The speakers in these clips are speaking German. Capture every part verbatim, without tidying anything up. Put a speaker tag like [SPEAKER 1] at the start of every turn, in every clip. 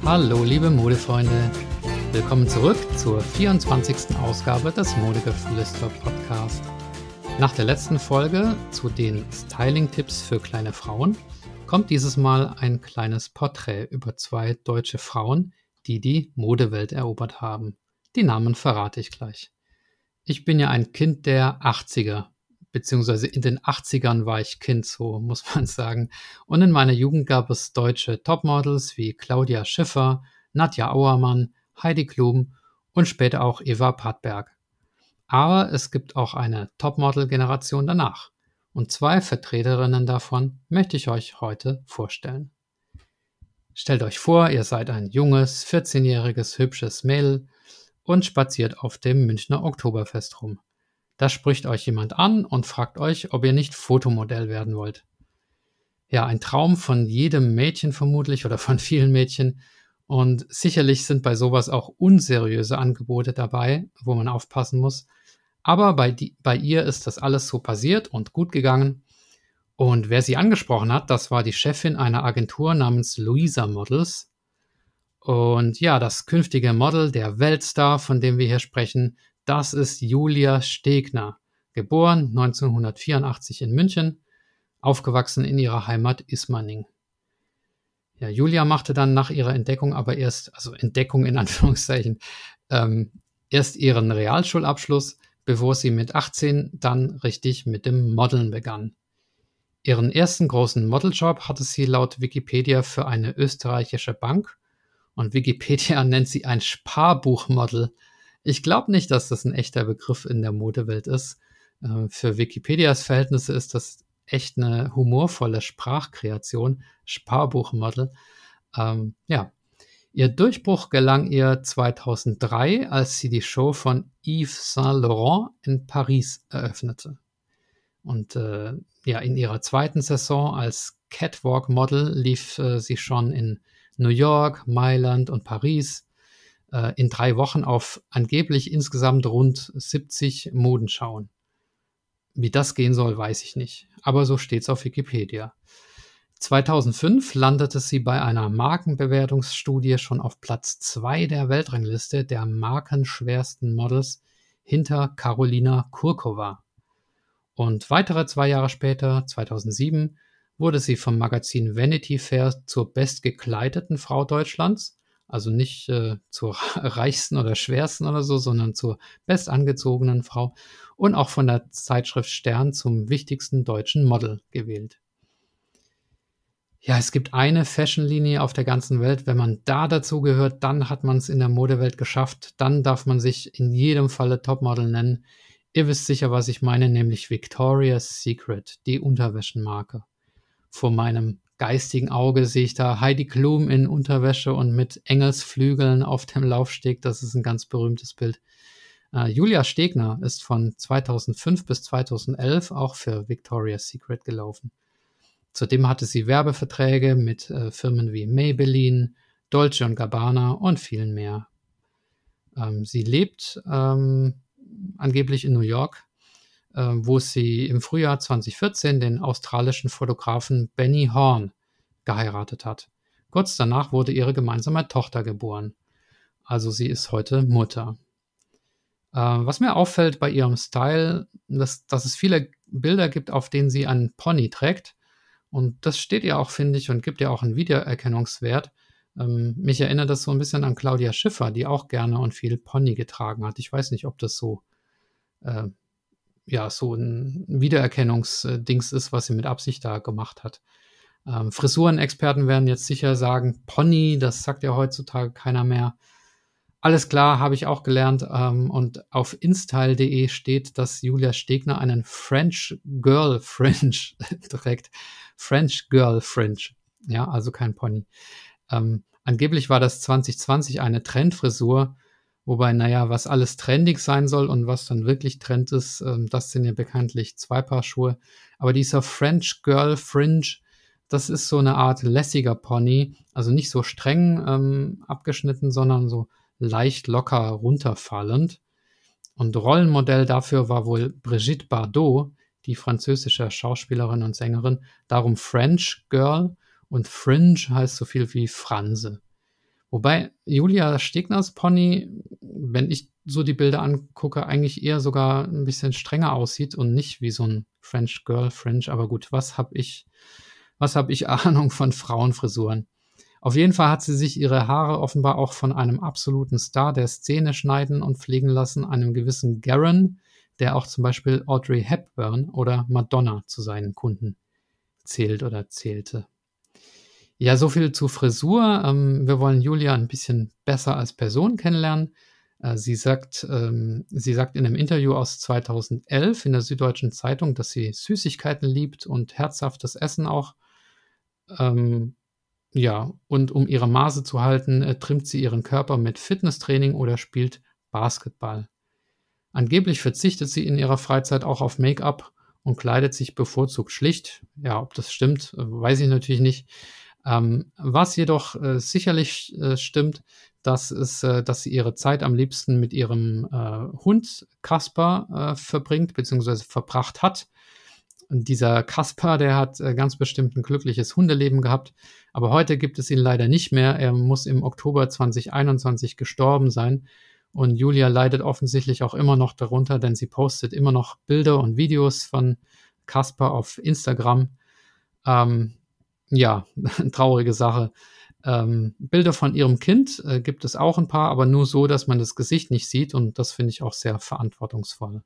[SPEAKER 1] Hallo liebe Modefreunde, willkommen zurück zur vierundzwanzigsten Ausgabe des Modegeflüster Podcast. Nach der letzten Folge zu den Styling-Tipps für kleine Frauen kommt dieses Mal ein kleines Porträt über zwei deutsche Frauen, die die Modewelt erobert haben. Die Namen verrate ich gleich. Ich bin ja ein Kind der achtziger, beziehungsweise in den achtzigern war ich Kind, so muss man sagen. Und in meiner Jugend gab es deutsche Topmodels wie Claudia Schiffer, Nadja Auermann, Heidi Klum und später auch Eva Pattberg. Aber es gibt auch eine Topmodel-Generation danach. Und zwei Vertreterinnen davon möchte ich euch heute vorstellen. Stellt euch vor, ihr seid ein junges, vierzehnjähriges, hübsches Mädel und spaziert auf dem Münchner Oktoberfest rum. Da spricht euch jemand an und fragt euch, ob ihr nicht Fotomodell werden wollt. Ja, ein Traum von jedem Mädchen vermutlich oder von vielen Mädchen. Und sicherlich sind bei sowas auch unseriöse Angebote dabei, wo man aufpassen muss. Aber bei, die, bei ihr ist das alles so passiert und gut gegangen. Und wer sie angesprochen hat, das war die Chefin einer Agentur namens Luisa Models. Und ja, das künftige Model, der Weltstar, von dem wir hier sprechen, das ist Julia Stegner, geboren neunzehnhundertvierundachtzig in München, aufgewachsen in ihrer Heimat Ismaning. Ja, Julia machte dann nach ihrer Entdeckung aber erst, also Entdeckung in Anführungszeichen, ähm, erst ihren Realschulabschluss, bevor sie mit achtzehn dann richtig mit dem Modeln begann. Ihren ersten großen Modeljob hatte sie laut Wikipedia für eine österreichische Bank und Wikipedia nennt sie ein Sparbuchmodel. Ich glaube nicht, dass das ein echter Begriff in der Modewelt ist. Äh, für Wikipedias Verhältnisse ist das echt eine humorvolle Sprachkreation, Sparbuchmodel. Ähm, ja, ihr Durchbruch gelang ihr zweitausenddrei, als sie die Show von Yves Saint Laurent in Paris eröffnete. Und äh, ja, in ihrer zweiten Saison als Catwalk-Model lief äh, sie schon in New York, Mailand und Paris äh, in drei Wochen auf angeblich insgesamt rund siebzig Modenschauen. Wie das gehen soll, weiß ich nicht. Aber so steht's auf Wikipedia. zweitausendfünf landete sie bei einer Markenbewertungsstudie schon auf Platz zwei der Weltrangliste der markenschwersten Models hinter Karolina Kurkova. Und weitere zwei Jahre später, zweitausendsieben, wurde sie vom Magazin Vanity Fair zur bestgekleideten Frau Deutschlands, also nicht äh, zur reichsten oder schwersten oder so, sondern zur bestangezogenen Frau und auch von der Zeitschrift Stern zum wichtigsten deutschen Model gewählt. Ja, es gibt eine Fashionlinie auf der ganzen Welt. Wenn man da dazu gehört, dann hat man es in der Modewelt geschafft. Dann darf man sich in jedem Falle Topmodel nennen. Ihr wisst sicher, was ich meine, nämlich Victoria's Secret, die Unterwäschenmarke. Vor meinem geistigen Auge sehe ich da Heidi Klum in Unterwäsche und mit Engelsflügeln auf dem Laufsteg. Das ist ein ganz berühmtes Bild. Uh, Julia Stegner ist von zweitausendfünf bis zweitausendelf auch für Victoria's Secret gelaufen. Zudem hatte sie Werbeverträge mit äh, Firmen wie Maybelline, Dolce und Gabbana und vielen mehr. Ähm, sie lebt ähm, angeblich in New York, äh, wo sie im Frühjahr zweitausendvierzehn den australischen Fotografen Benny Horne geheiratet hat. Kurz danach wurde ihre gemeinsame Tochter geboren. Also sie ist heute Mutter. Was mir auffällt bei ihrem Style, dass, dass es viele Bilder gibt, auf denen sie einen Pony trägt. Und das steht ihr auch, finde ich, und gibt ihr auch einen Wiedererkennungswert. Ähm, mich erinnert das so ein bisschen an Claudia Schiffer, die auch gerne und viel Pony getragen hat. Ich weiß nicht, ob das so, äh, ja, so ein Wiedererkennungsdings ist, was sie mit Absicht da gemacht hat. Ähm, Frisurenexperten werden jetzt sicher sagen, Pony, das sagt ja heutzutage keiner mehr. Alles klar, habe ich auch gelernt. Ähm, und auf instyle punkt de steht, dass Julia Stegner einen French Girl Fringe trägt. French Girl Fringe. Ja, also kein Pony. Ähm, angeblich war das zwanzig zwanzig eine Trendfrisur, wobei, naja, was alles trendig sein soll und was dann wirklich Trend ist, ähm, das sind ja bekanntlich zwei Paar Schuhe. Aber dieser French Girl Fringe, das ist so eine Art lässiger Pony, also nicht so streng ähm, abgeschnitten, sondern so leicht locker runterfallend. Und Rollenmodell dafür war wohl Brigitte Bardot, die französische Schauspielerin und Sängerin. Darum French Girl und Fringe heißt so viel wie Franse. Wobei Julia Stegners Pony, wenn ich so die Bilder angucke, eigentlich eher sogar ein bisschen strenger aussieht und nicht wie so ein French Girl Fringe. Aber gut, was habe ich, was habe ich Ahnung von Frauenfrisuren? Auf jeden Fall hat sie sich ihre Haare offenbar auch von einem absoluten Star der Szene schneiden und pflegen lassen, einem gewissen Garen, der auch zum Beispiel Audrey Hepburn oder Madonna zu seinen Kunden zählt oder zählte. Ja, so viel zu Frisur. Ähm, wir wollen Julia ein bisschen besser als Person kennenlernen. Äh, sie sagt, ähm, sie sagt in einem Interview aus zweitausendelf in der Süddeutschen Zeitung, dass sie Süßigkeiten liebt und herzhaftes Essen auch. Ähm, ja, und um ihre Maße zu halten, äh, trimmt sie ihren Körper mit Fitnesstraining oder spielt Basketball. Angeblich verzichtet sie in ihrer Freizeit auch auf Make-up und kleidet sich bevorzugt schlicht. Ja, ob das stimmt, äh, weiß ich natürlich nicht. Ähm, was jedoch äh, sicherlich äh, stimmt, das ist, äh, dass sie ihre Zeit am liebsten mit ihrem äh, Hund Kasper äh, verbringt bzw. verbracht hat. Und dieser Kasper, der hat äh, ganz bestimmt ein glückliches Hundeleben gehabt, aber heute gibt es ihn leider nicht mehr. Er muss im Oktober zweitausendeinundzwanzig gestorben sein. Und Julia leidet offensichtlich auch immer noch darunter, denn sie postet immer noch Bilder und Videos von Kasper auf Instagram. Ähm, ja, traurige Sache. Ähm, Bilder von ihrem Kind äh, gibt es auch ein paar, aber nur so, dass man das Gesicht nicht sieht, und das finde ich auch sehr verantwortungsvoll.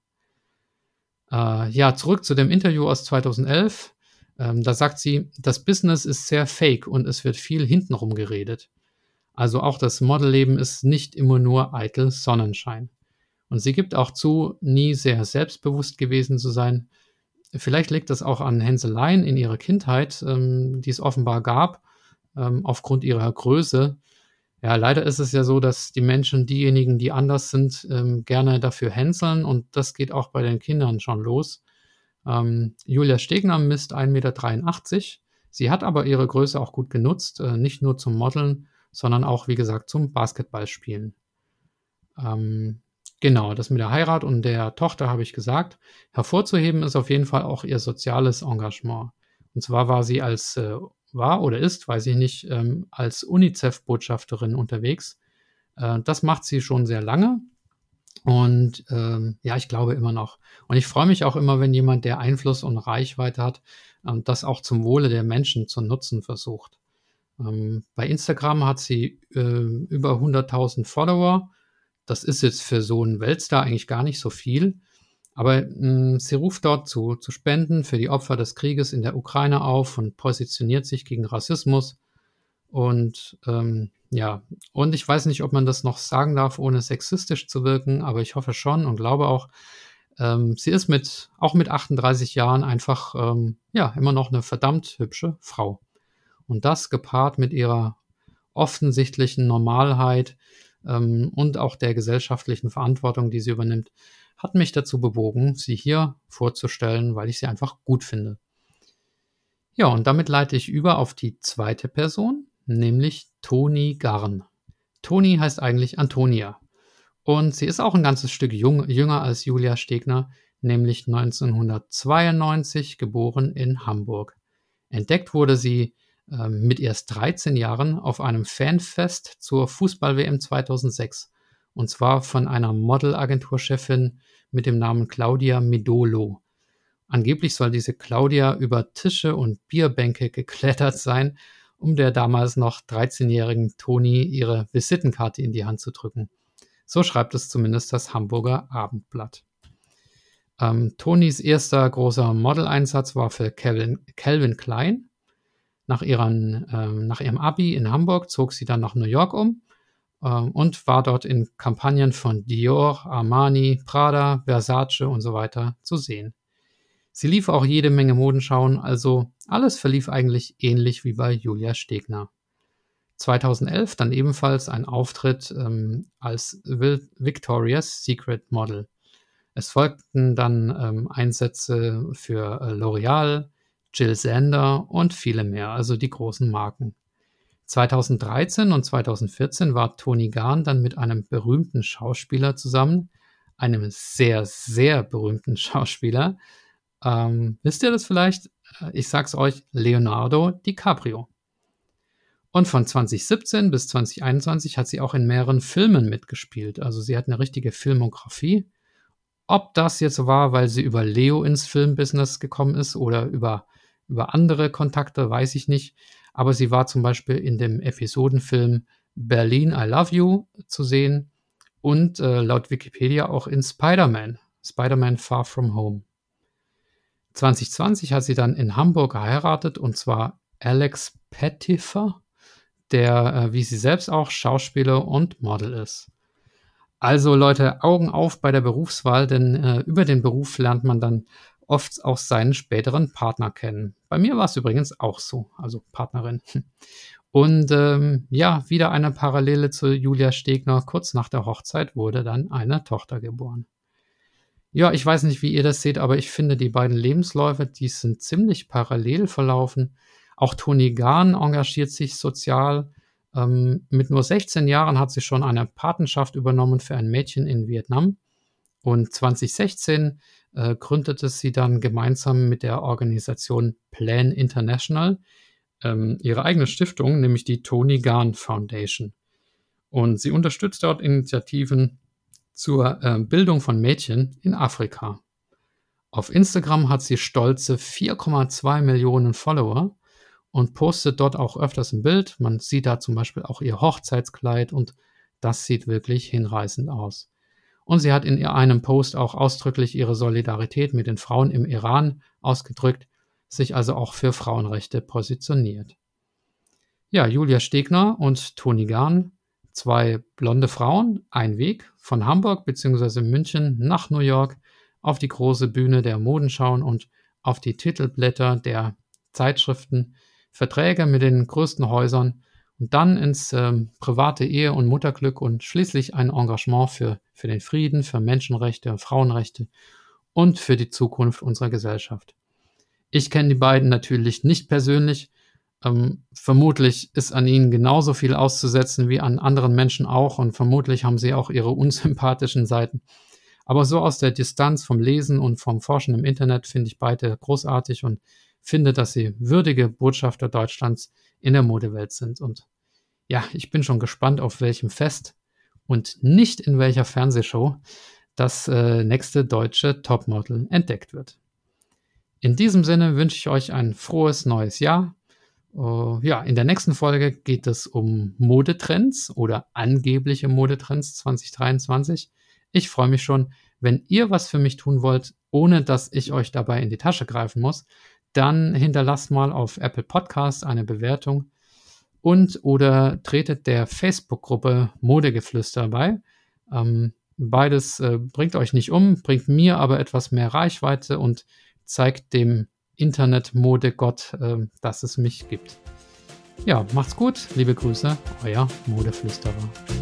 [SPEAKER 1] Äh, ja, zurück zu dem Interview aus zweitausendelf. Ähm, da sagt sie, das Business ist sehr fake und es wird viel hintenrum geredet. Also auch das Modelleben ist nicht immer nur eitel Sonnenschein. Und sie gibt auch zu, nie sehr selbstbewusst gewesen zu sein. Vielleicht liegt das auch an Hänseleien in ihrer Kindheit, ähm, die es offenbar gab, ähm, aufgrund ihrer Größe. Ja, leider ist es ja so, dass die Menschen, diejenigen, die anders sind, ähm, gerne dafür hänseln, und das geht auch bei den Kindern schon los. Ähm, Julia Stegner misst ein Meter dreiundachtzig. Sie hat aber ihre Größe auch gut genutzt, äh, nicht nur zum Modeln, sondern auch, wie gesagt, zum Basketballspielen. Ähm, genau, das mit der Heirat und der Tochter habe ich gesagt. Hervorzuheben ist auf jeden Fall auch ihr soziales Engagement. Und zwar war sie als, äh, war oder ist, weiß ich nicht, ähm, als UNICEF-Botschafterin unterwegs. Äh, das macht sie schon sehr lange. Und ähm, ja, ich glaube immer noch. Und ich freue mich auch immer, wenn jemand, der Einfluss und Reichweite hat, ähm, das auch zum Wohle der Menschen zu nutzen versucht. Ähm, bei Instagram hat sie äh, über hunderttausend Follower. Das ist jetzt für so einen Weltstar eigentlich gar nicht so viel. Aber mh, sie ruft dort zu, zu Spenden für die Opfer des Krieges in der Ukraine auf und positioniert sich gegen Rassismus. Und ähm, ja, und ich weiß nicht, ob man das noch sagen darf, ohne sexistisch zu wirken, aber ich hoffe schon und glaube auch, ähm, sie ist mit, auch mit achtunddreißig Jahren einfach, ähm, ja, immer noch eine verdammt hübsche Frau. Und das gepaart mit ihrer offensichtlichen Normalheit ähm, und auch der gesellschaftlichen Verantwortung, die sie übernimmt, hat mich dazu bewogen, sie hier vorzustellen, weil ich sie einfach gut finde. Ja, und damit leite ich über auf die zweite Person, nämlich Toni Garn. Toni heißt eigentlich Antonia. Und sie ist auch ein ganzes Stück jung, jünger als Julia Stegner, nämlich neunzehnhundertzweiundneunzig, geboren in Hamburg. Entdeckt wurde sie äh, mit erst dreizehn Jahren auf einem Fanfest zur Fußball-W M zweitausendsechs. Und zwar von einer Modelagenturchefin mit dem Namen Claudia Medolo. Angeblich soll diese Claudia über Tische und Bierbänke geklettert sein, um der damals noch dreizehnjährigen Toni ihre Visitenkarte in die Hand zu drücken. So schreibt es zumindest das Hamburger Abendblatt. Ähm, Tonis erster großer Modeleinsatz war für Calvin, Calvin Klein. Nach, ihren, ähm, nach ihrem Abi in Hamburg zog sie dann nach New York um ähm, und war dort in Kampagnen von Dior, Armani, Prada, Versace und so weiter zu sehen. Sie lief auch jede Menge Modenschauen, also alles verlief eigentlich ähnlich wie bei Julia Stegner. zweitausendelf dann ebenfalls ein Auftritt ähm, als Victoria's Secret Model. Es folgten dann ähm, Einsätze für äh, L'Oreal, Jill Sander und viele mehr, also die großen Marken. zweitausenddreizehn und zweitausendvierzehn war Toni Garn dann mit einem berühmten Schauspieler zusammen, einem sehr, sehr berühmten Schauspieler. Ähm, wisst ihr das vielleicht? Ich sag's euch, Leonardo DiCaprio. Und von zwanzig siebzehn bis zwanzig einundzwanzig hat sie auch in mehreren Filmen mitgespielt. Also sie hat eine richtige Filmografie. Ob das jetzt war, weil sie über Leo ins Filmbusiness gekommen ist oder über, über andere Kontakte, weiß ich nicht. Aber sie war zum Beispiel in dem Episodenfilm Berlin, I Love You zu sehen und äh, laut Wikipedia auch in Spider-Man, Spider-Man Far From Home. zwanzig zwanzig hat sie dann in Hamburg geheiratet, und zwar Alex Pettyfer, der, äh, wie sie selbst auch, Schauspieler und Model ist. Also Leute, Augen auf bei der Berufswahl, denn äh, über den Beruf lernt man dann oft auch seinen späteren Partner kennen. Bei mir war es übrigens auch so, also Partnerin. Und ähm, ja, wieder eine Parallele zu Julia Stegner. Kurz nach der Hochzeit wurde dann eine Tochter geboren. Ja, ich weiß nicht, wie ihr das seht, aber ich finde, die beiden Lebensläufe, die sind ziemlich parallel verlaufen. Auch Toni Garn engagiert sich sozial. Ähm, mit nur sechzehn Jahren hat sie schon eine Patenschaft übernommen für ein Mädchen in Vietnam. Und zwanzig sechzehn äh, gründete sie dann gemeinsam mit der Organisation Plan International ähm, ihre eigene Stiftung, nämlich die Toni Garn Foundation. Und sie unterstützt dort Initiativen zur äh, Bildung von Mädchen in Afrika. Auf Instagram hat sie stolze vier Komma zwei Millionen Follower und postet dort auch öfters ein Bild. Man sieht da zum Beispiel auch ihr Hochzeitskleid und das sieht wirklich hinreißend aus. Und sie hat in einem Post auch ausdrücklich ihre Solidarität mit den Frauen im Iran ausgedrückt, sich also auch für Frauenrechte positioniert. Ja, Julia Stegner und Toni Garn, zwei blonde Frauen, ein Weg von Hamburg bzw. München nach New York auf die große Bühne der Modenschauen und auf die Titelblätter der Zeitschriften, Verträge mit den größten Häusern und dann ins ähm, private Ehe- und Mutterglück und schließlich ein Engagement für, für den Frieden, für Menschenrechte, Frauenrechte und für die Zukunft unserer Gesellschaft. Ich kenne die beiden natürlich nicht persönlich. Ähm, vermutlich ist an ihnen genauso viel auszusetzen wie an anderen Menschen auch und vermutlich haben sie auch ihre unsympathischen Seiten. Aber so aus der Distanz vom Lesen und vom Forschen im Internet finde ich beide großartig und finde, dass sie würdige Botschafter Deutschlands in der Modewelt sind. Und ja, ich bin schon gespannt, auf welchem Fest und nicht in welcher Fernsehshow das äh, nächste deutsche Topmodel entdeckt wird. In diesem Sinne wünsche ich euch ein frohes neues Jahr. Uh, ja, in der nächsten Folge geht es um Modetrends oder angebliche Modetrends zwanzig dreiundzwanzig. Ich freue mich schon, wenn ihr was für mich tun wollt, ohne dass ich euch dabei in die Tasche greifen muss, dann hinterlasst mal auf Apple Podcast eine Bewertung und oder tretet der Facebook-Gruppe Modegeflüster bei. Ähm, beides äh, bringt euch nicht um, bringt mir aber etwas mehr Reichweite und zeigt dem Internet-Modegott, äh, dass es mich gibt. Ja, macht's gut, liebe Grüße, euer Modeflüsterer.